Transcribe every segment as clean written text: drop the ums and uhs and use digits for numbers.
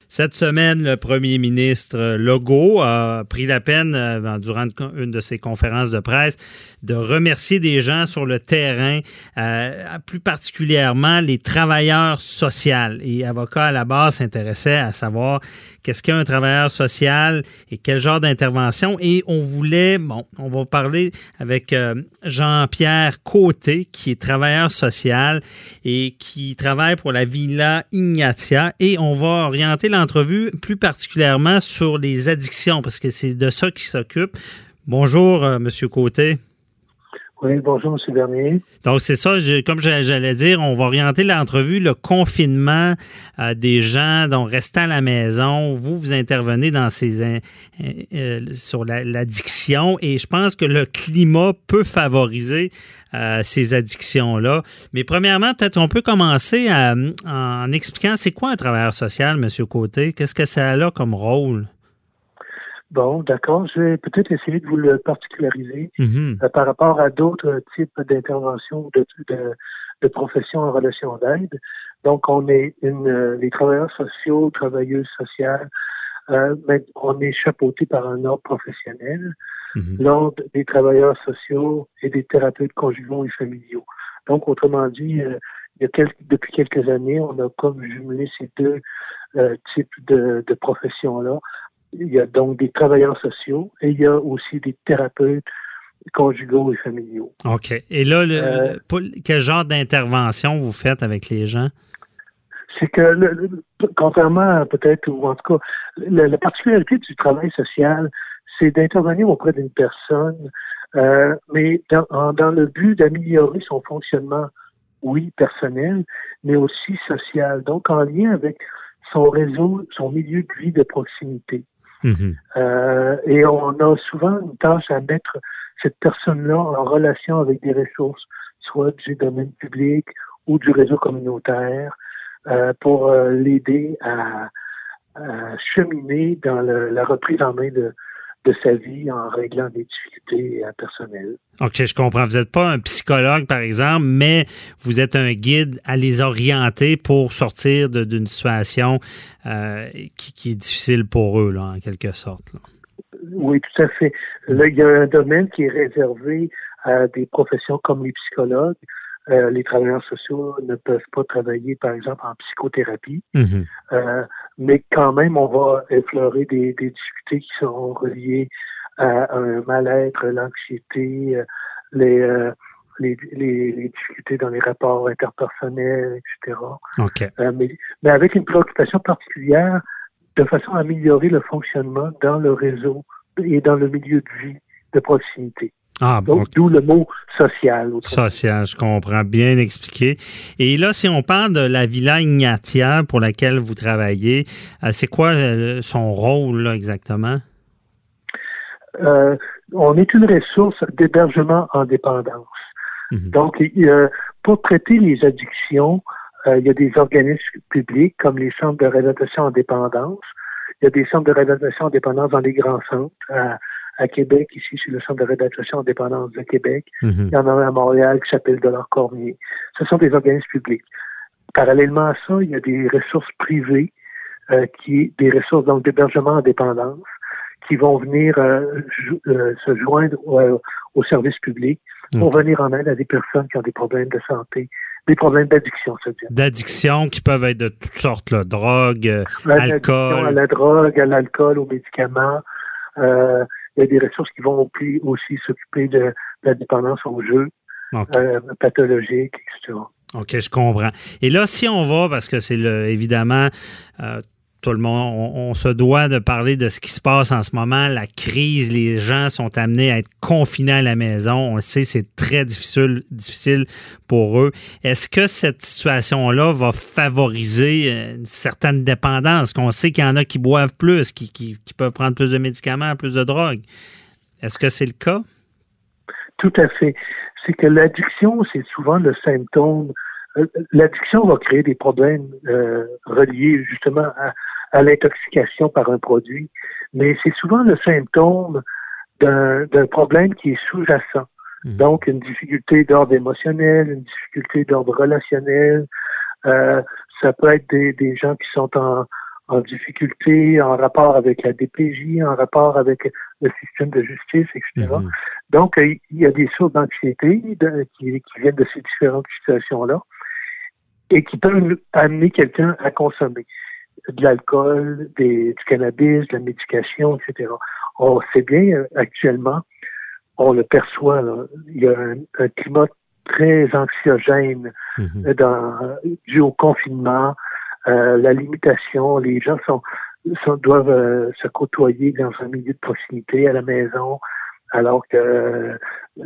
Cette semaine, le premier ministre Legault a pris la peine, durant une de ses conférences de presse, de remercier des gens sur le terrain, plus particulièrement les travailleurs sociaux. Et Avocat à la base s'intéressait à savoir qu'est-ce qu'un travailleur social et quel genre d'intervention. Et on va parler avec Jean-Pierre Côté, qui est travailleur social et qui travaille pour la Villa Ignatia. Et on va orienter l'entrevue plus particulièrement sur les addictions, parce que c'est de ça qu'il s'occupe. Bonjour, M. Côté. Oui, bonjour, M. Bernier. Donc, c'est ça, comme j'allais dire, on va orienter l'entrevue, le confinement des gens, donc restant à la maison. Vous intervenez dans sur l'addiction, et je pense que le climat peut favoriser ces addictions-là. Mais premièrement, peut-être on peut commencer en expliquant c'est quoi un travailleur social, M. Côté? Qu'est-ce que ça a là comme rôle? Bon, d'accord. Je vais peut-être essayer de vous le particulariser par rapport à d'autres types d'interventions de professions en relation d'aide. Donc, on est les travailleurs sociaux, travailleuses sociales, mais on est chapeauté par un ordre professionnel, l'ordre des travailleurs sociaux et des thérapeutes conjugaux et familiaux. Donc, autrement dit, depuis quelques années, on a comme jumelé ces deux types de professions-là. Il y a donc des travailleurs sociaux et il y a aussi des thérapeutes conjugaux et familiaux. OK. Et là, quel genre d'intervention vous faites avec les gens? C'est que, contrairement peut-être, ou en tout cas, la particularité du travail social, c'est d'intervenir auprès d'une personne, mais dans le but d'améliorer son fonctionnement, oui, personnel, mais aussi social. Donc, en lien avec son réseau, son milieu de vie de proximité. Et on a souvent une tâche à mettre cette personne-là en relation avec des ressources, soit du domaine public ou du réseau communautaire, pour l'aider à cheminer dans la reprise en main de sa vie en réglant des difficultés personnelles. OK, je comprends. Vous n'êtes pas un psychologue, par exemple, mais vous êtes un guide à les orienter pour sortir d'une situation qui est difficile pour eux, là, en quelque sorte. Là. Oui, tout à fait. Là, il y a un domaine qui est réservé à des professions comme les psychologues. Les travailleurs sociaux ne peuvent pas travailler, par exemple, en psychothérapie. Mais quand même, on va effleurer des difficultés qui seront reliées à un mal-être, l'anxiété, les difficultés dans les rapports interpersonnels, etc. Okay. Mais avec une préoccupation particulière de façon à améliorer le fonctionnement dans le réseau et dans le milieu de vie de proximité. Donc, d'où le mot social. Social, je comprends, bien expliqué. Et là, si on parle de la Villa Ignatia pour laquelle vous travaillez, c'est quoi son rôle là, exactement? On est une ressource d'hébergement en dépendance. Donc, pour traiter les addictions, il y a des organismes publics comme les centres de réadaptation en dépendance. Il y a des centres de réadaptation en dépendance dans les grands centres. À Québec, ici, c'est le Centre de réadaptation en dépendance de Québec. Il y en a un à Montréal qui s'appelle Delors-Cormier. Ce sont des organismes publics. Parallèlement à ça, il y a des ressources privées, des ressources donc d'hébergement en dépendance, qui vont venir se joindre au service public pour venir en aide à des personnes qui ont des problèmes de santé, des problèmes d'addiction, c'est-à-dire. D'addiction qui peuvent être de toutes sortes, là, drogue, alcool. À la drogue, à l'alcool, aux médicaments. Il y a des ressources qui vont aussi s'occuper de la dépendance au jeu, pathologique, etc. OK, je comprends. Et là, si on va, parce que c'est évidemment, tout le monde, on se doit de parler de ce qui se passe en ce moment, la crise, les gens sont amenés à être confinés à la maison. On le sait, c'est très difficile pour eux. Est-ce que cette situation-là va favoriser une certaine dépendance? Qu'on sait qu'il y en a qui boivent plus, qui peuvent prendre plus de médicaments, plus de drogue. Est-ce que c'est le cas? Tout à fait. C'est que l'addiction, c'est souvent le symptôme. L'addiction va créer des problèmes reliés justement à l'intoxication par un produit, mais c'est souvent le symptôme d'un problème qui est sous-jacent. Donc, une difficulté d'ordre émotionnel, une difficulté d'ordre relationnel. Ça peut être des gens qui sont en difficulté en rapport avec la DPJ, en rapport avec le système de justice, etc. Donc, il y a des sources d'anxiété qui viennent de ces différentes situations-là et qui peuvent amener quelqu'un à consommer de l'alcool, du cannabis, de la médication, etc. On sait bien actuellement, on le perçoit, là, il y a un climat très anxiogène dû au confinement, la limitation, les gens doivent se côtoyer dans un milieu de proximité à la maison, alors que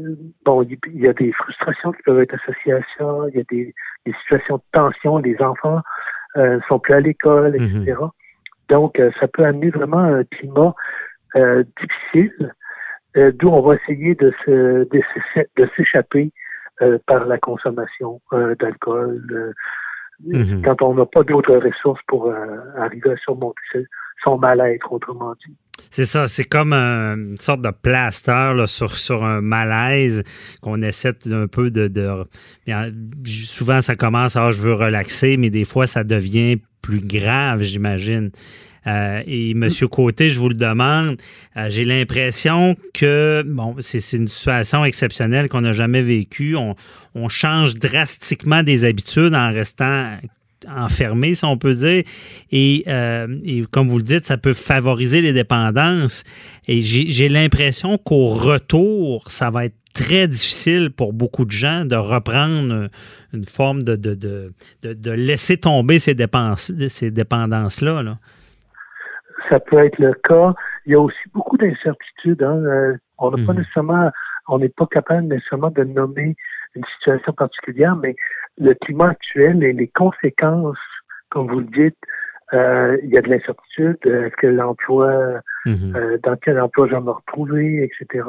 il y a des frustrations qui peuvent être associées à ça, il y a des situations de tension, les enfants sont plus à l'école, etc. Donc, ça peut amener vraiment un climat difficile, d'où on va essayer de s'échapper par la consommation d'alcool, quand on n'a pas d'autres ressources pour arriver à surmonter son mal-être, autrement dit. C'est ça, c'est comme une sorte de plaster là, sur un malaise qu'on essaie un peu souvent, ça commence, je veux relaxer, mais des fois, ça devient plus grave, j'imagine. Et M. Côté, je vous le demande, j'ai l'impression que, c'est une situation exceptionnelle qu'on n'a jamais vécue. On change drastiquement des habitudes en restant enfermé, si on peut dire. Et comme vous le dites, ça peut favoriser les dépendances. Et j'ai l'impression qu'au retour, ça va être très difficile pour beaucoup de gens de reprendre une forme de laisser tomber ces dépendances-là. Là. Ça peut être le cas. Il y a aussi beaucoup d'incertitudes. On n'a pas nécessairement, on n'est pas capable nécessairement de nommer une situation particulière, mais le climat actuel et les conséquences, comme vous le dites, il y a de l'incertitude. Est-ce que l'emploi, dans quel emploi je vais me retrouver, etc.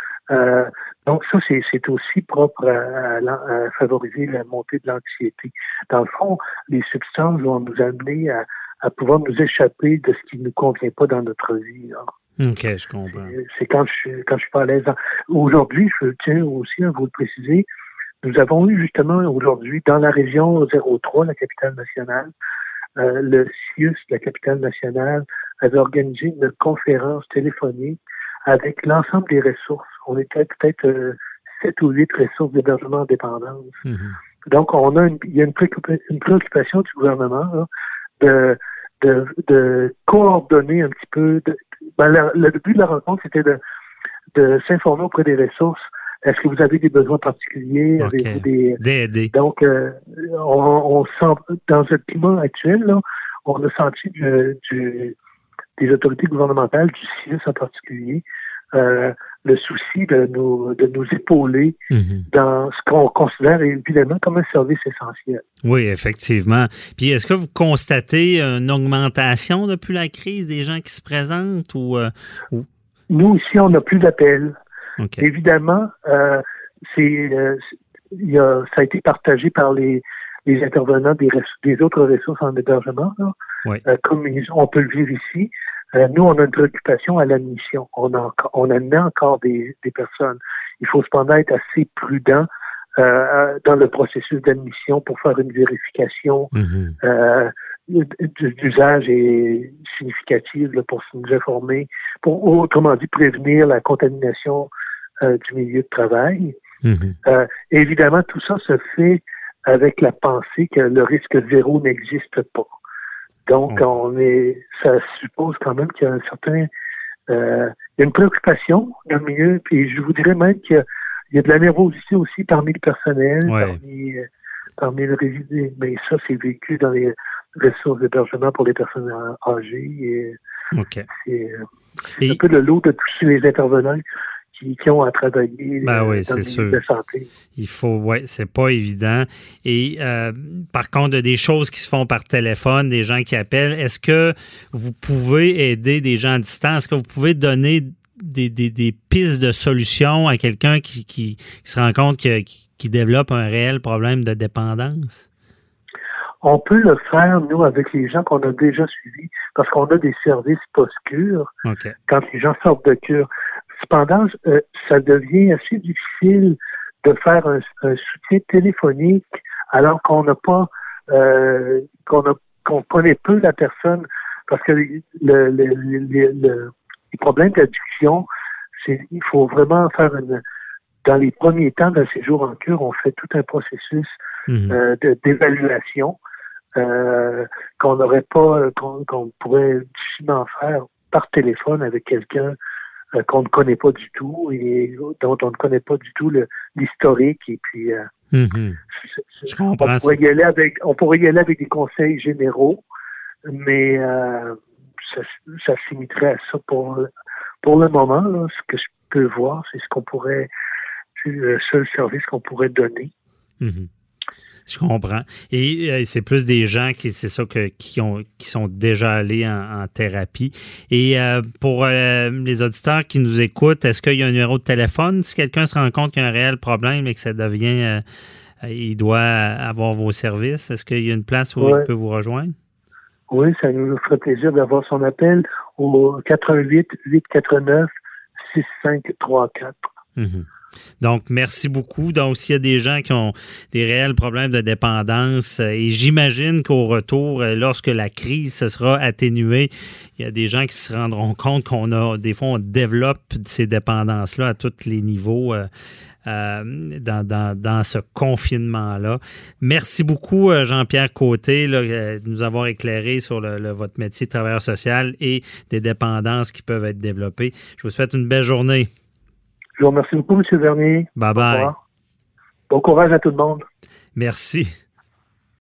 Donc ça, c'est aussi propre à favoriser la montée de l'anxiété. Dans le fond, les substances vont nous amener à pouvoir nous échapper de ce qui ne nous convient pas dans notre vie. Là. OK, je comprends. C'est quand je suis pas à l'aise. Aujourd'hui, je tiens aussi à vous le préciser, nous avons eu justement aujourd'hui, dans la région 03, la capitale nationale, le CIUS, la capitale nationale, avait organisé une conférence téléphonique avec l'ensemble des ressources. On était peut-être 7 ou 8 ressources d'hébergement en dépendance. Donc, il y a une préoccupation du gouvernement là, de coordonner un petit peu. Le but de la rencontre, c'était de s'informer auprès des ressources. Est-ce que vous avez des besoins particuliers? Okay. Avez-vous d'aider? Donc, on sent, dans ce climat actuel, là, on a senti des autorités gouvernementales, du CIUS en particulier, le souci de nous épauler dans ce qu'on considère évidemment comme un service essentiel. Oui, effectivement. Puis est-ce que vous constatez une augmentation depuis la crise des gens qui se présentent ou... Nous, ici, on n'a plus d'appels. Okay. Évidemment, ça a été partagé par les intervenants des autres ressources en hébergement. Là. Oui. Comme on peut le vivre ici, nous, on a une préoccupation à l'admission. On admet encore des personnes. Il faut cependant être assez prudent dans le processus d'admission pour faire une vérification d'usage et significative là, pour nous informer, pour autrement dit prévenir la contamination du milieu de travail. Évidemment, tout ça se fait avec la pensée que le risque zéro n'existe pas. Donc, ça suppose quand même qu'il y a il y a une préoccupation dans le milieu, et je vous dirais même qu'il y a de la nervosité aussi parmi le personnel, parmi le résident, mais ça, c'est vécu dans les ressources d'hébergement pour les personnes âgées. C'est un peu le lot de tous les intervenants qui ont à travailler dans le milieu de la santé. Il faut, c'est pas évident. Et par contre, des choses qui se font par téléphone, des gens qui appellent, est-ce que vous pouvez aider des gens à distance? Est-ce que vous pouvez donner des pistes de solutions à quelqu'un qui se rend compte qu'il développe un réel problème de dépendance? On peut le faire, nous, avec les gens qu'on a déjà suivis, parce qu'on a des services post-cure quand les gens sortent de cure. Cependant, ça devient assez difficile de faire un soutien téléphonique alors qu'on n'a pas, qu'on connaît peu la personne, parce que les problèmes d'addiction, il faut vraiment faire dans les premiers temps d'un séjour en cure, on fait tout un processus d'évaluation qu'on n'aurait pas, qu'on pourrait difficilement faire par téléphone avec quelqu'un qu'on ne connaît pas du tout et dont on ne connaît pas du tout l'historique. Et puis, je comprends on pourrait y aller avec des conseils généraux, mais ça se limiterait à ça pour le moment. Là, ce que je peux voir, c'est c'est le seul service qu'on pourrait donner. Je comprends. Et c'est plus des gens qui sont déjà allés en thérapie. Et pour les auditeurs qui nous écoutent, est-ce qu'il y a un numéro de téléphone si quelqu'un se rend compte qu'il y a un réel problème et que ça devient, il doit avoir vos services? Est-ce qu'il y a une place où il peut vous rejoindre? Oui, ça nous ferait plaisir d'avoir son appel au 88-849-6534. Donc, merci beaucoup. Donc, s'il y a des gens qui ont des réels problèmes de dépendance, et j'imagine qu'au retour, lorsque la crise se sera atténuée, il y a des gens qui se rendront compte des fois, on développe ces dépendances-là à tous les niveaux dans ce confinement-là. Merci beaucoup, Jean-Pierre Côté, de nous avoir éclairé sur votre métier de travailleur social et des dépendances qui peuvent être développées. Je vous souhaite une belle journée. Je vous remercie beaucoup, M. Vernier. Bye-bye. Bon courage à tout le monde. Merci.